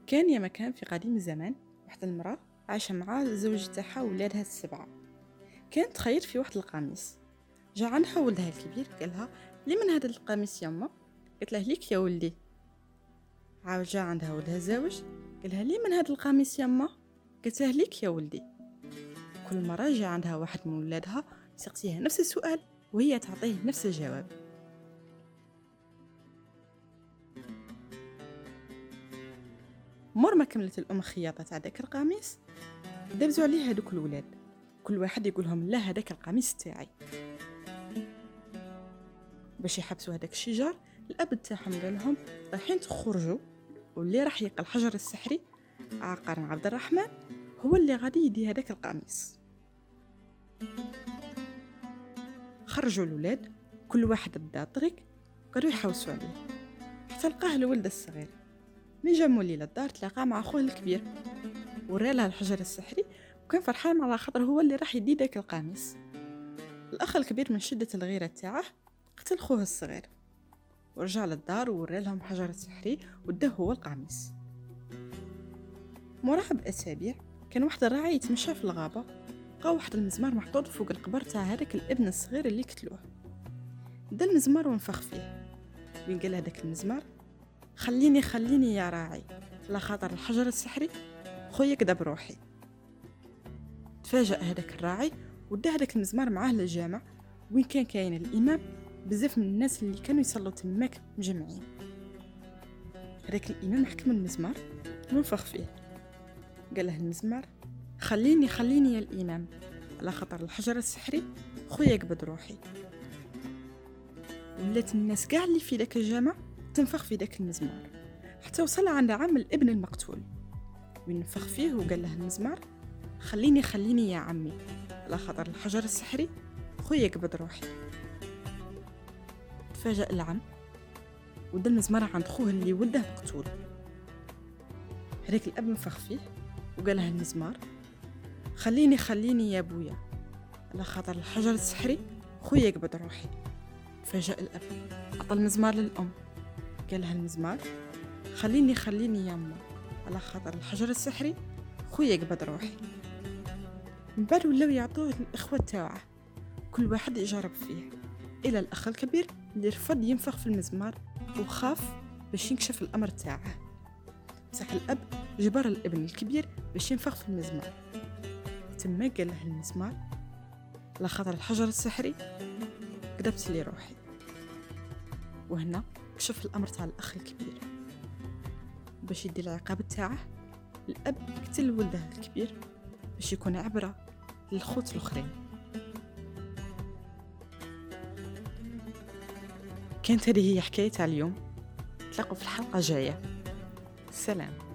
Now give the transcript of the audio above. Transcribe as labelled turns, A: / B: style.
A: كان يا مكان في قديم الزمان واحد المرأة عايشة مع الزوج تاعها وولادها السبعة. كانت تخيط في واحد القميص. جا عندها ولدها الكبير قالها: لي من هذا القميص يما؟ قالت له: ليك يا ولدي. عاود جا عندها ولدها الزوج قالها: لي من هذا القميص يما؟ قالت له: ليك يا ولدي. كل مرة جا عندها واحد من ولادها يسقسيها نفس السؤال وهي تعطيه نفس الجواب. مور ما كملت الام خياطه تاع داك القميص دبزوا عليه هذوك الولاد، كل واحد يقولهم: لا هذاك القميص تاعي. باش يحبسوا هذاك الشجار الاب تاعهم قال لهم: رايحين تخرجوا، واللي راح يلقى الحجر السحري عقار عبد الرحمن هو اللي غادي يدي هذاك القميص. خرجوا الولاد كل واحد بدا طريق، قالوا يحوسوا عليه حتى لقاه الولد الصغير. من جا مولي للدار تلاقى مع اخوه الكبير ورا له الحجر السحري، وكان فرحان على خاطر هو اللي راح يدي داك القميص. الاخ الكبير من شده الغيره تاعه قتل خوه الصغير ورجع للدار وورا لهم الحجر السحري وده هو القميص. مراه باسابيع كان واحد الراعي يتمشى في الغابه، لقى واحد المزمار محطوط فوق القبر تاع هذاك الابن الصغير اللي قتلوه. دا المزمار ونفخ فيه وين قال هذاك المزمار: خليني يا راعي، لا خاطر الحجر السحري خويا كدا بروحي. تفاجأ هذاك الراعي ودا هذاك المزمار معاه للجامع وين كان كاين الامام بزاف من الناس اللي كانوا يصلوا تماك مجمعين. هذاك الامام حكم المزمار ونفخ فيه، قال له المزمار: خليني يا الامام، على خاطر الحجر السحري خويا قبض روحي. ولات الناس كاع اللي في ذاك الجامع تنفخ في ذاك المزمار حتى وصل عند عم الابن المقتول وين نفخ فيه وقال له المزمار: خليني يا عمي، على خاطر الحجر السحري خويا قبض روحي. تفاجأ العم ودا المزمار عند خوه اللي وده مقتول. هذاك الاب نفخ فيه وقال له المزمار: خليني يا بويا، على خاطر الحجر السحري خويا قبض روحي. تفاجأ الاب عطى المزمار للام، قال لها المزمار: خليني يا أمه، على خاطر الحجر السحري خويا قبض روحي. من بعد ولاو يعطوه الإخوة تاعه كل واحد يجرب فيه، إلى الأخ الكبير اللي رفض ينفخ في المزمار وخاف باش ينكشف الأمر تاعه. بصح الأب جبر الابن الكبير باش ينفخ في المزمار. تما قال له المزمار: على خاطر الحجر السحري قدبت لي روحي. وهنا كشف الأمر تاع الأخ الكبير. باش يدي العقاب تاعه الأب قتل ولده الكبير باش يكون عبرة للخوت الأخرين. كانت هذه هي حكاية اليوم، نتلاقوا في الحلقة الجاية. سلام.